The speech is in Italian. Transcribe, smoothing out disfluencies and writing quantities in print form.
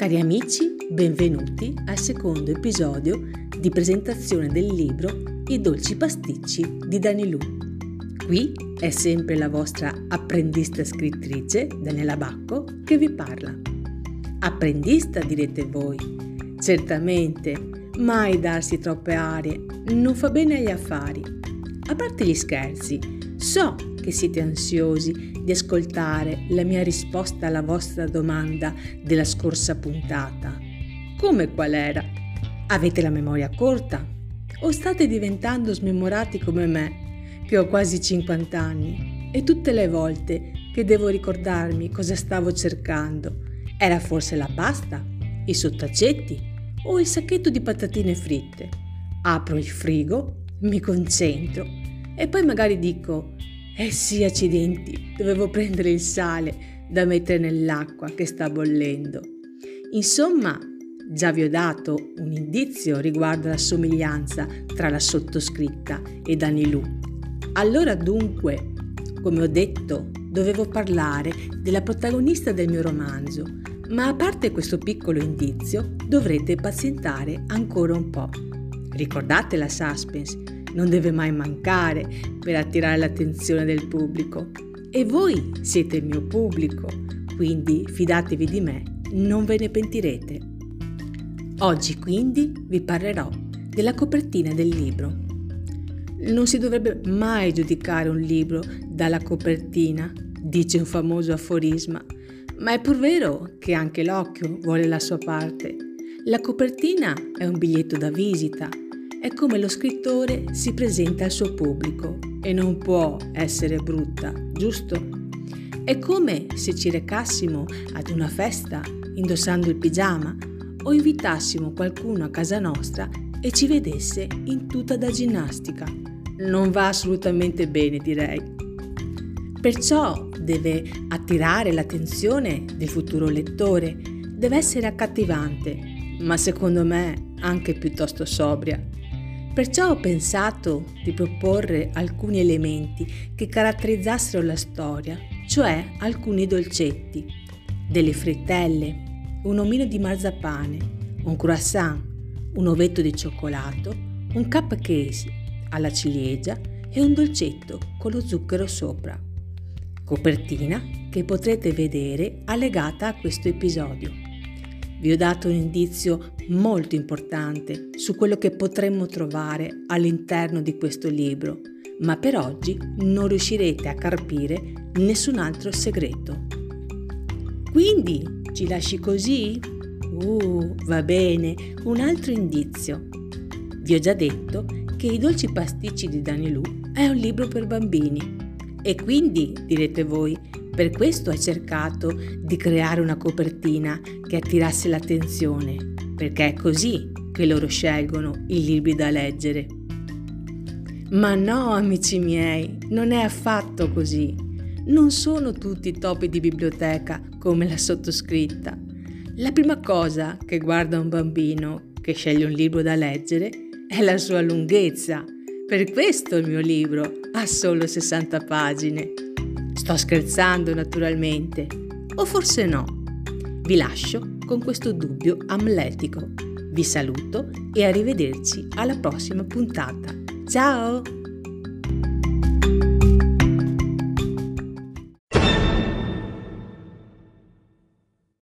Cari amici, benvenuti al secondo episodio di presentazione del libro I dolci pasticci di Danilù. Qui è sempre la vostra apprendista scrittrice, Daniela Bacco, che vi parla. Apprendista, direte voi. Certamente, mai darsi troppe arie, non fa bene agli affari. A parte gli scherzi, so che siete ansiosi di ascoltare la mia risposta alla vostra domanda della scorsa puntata. Come qual era? Avete la memoria corta? O state diventando smemorati come me, che ho quasi 50 anni, e tutte le volte che devo ricordarmi cosa stavo cercando, era forse la pasta, i sottacetti o il sacchetto di patatine fritte? Apro il frigo, mi concentro e poi magari dico: eh sì, accidenti, dovevo prendere il sale da mettere nell'acqua che sta bollendo. Insomma, già vi ho dato un indizio riguardo alla somiglianza tra la sottoscritta e Danilù. Allora dunque, come ho detto, dovevo parlare della protagonista del mio romanzo, ma a parte questo piccolo indizio, dovrete pazientare ancora un po'. Ricordate la suspense? Non deve mai mancare per attirare l'attenzione del pubblico. E voi siete il mio pubblico, quindi fidatevi di me, non ve ne pentirete. Oggi quindi vi parlerò della copertina del libro. Non si dovrebbe mai giudicare un libro dalla copertina, dice un famoso aforisma, ma è pur vero che anche l'occhio vuole la sua parte. La copertina è un biglietto da visita. È come lo scrittore si presenta al suo pubblico e non può essere brutta, giusto? È come se ci recassimo ad una festa indossando il pigiama o invitassimo qualcuno a casa nostra e ci vedesse in tuta da ginnastica. Non va assolutamente bene, direi. Perciò deve attirare l'attenzione del futuro lettore, deve essere accattivante, ma secondo me anche piuttosto sobria. Perciò ho pensato di proporre alcuni elementi che caratterizzassero la storia, cioè alcuni dolcetti, delle frittelle, un omino di marzapane, un croissant, un ovetto di cioccolato, un cupcake alla ciliegia e un dolcetto con lo zucchero sopra. Copertina che potrete vedere allegata a questo episodio. Vi ho dato un indizio molto importante su quello che potremmo trovare all'interno di questo libro, ma per oggi non riuscirete a carpire nessun altro segreto. Quindi ci lasci così? Va bene, un altro indizio. Vi ho già detto che I dolci pasticci di Danilù è un libro per bambini. E quindi, direte voi, per questo hai cercato di creare una copertina che attirasse l'attenzione, perché è così che loro scelgono i libri da leggere. Ma no, amici miei, non è affatto così. Non sono tutti topi di biblioteca come la sottoscritta. La prima cosa che guarda un bambino che sceglie un libro da leggere è la sua lunghezza. Per questo il mio libro ha solo 60 pagine. Sto scherzando naturalmente, o forse no. Vi lascio con questo dubbio amletico. Vi saluto e arrivederci alla prossima puntata. Ciao!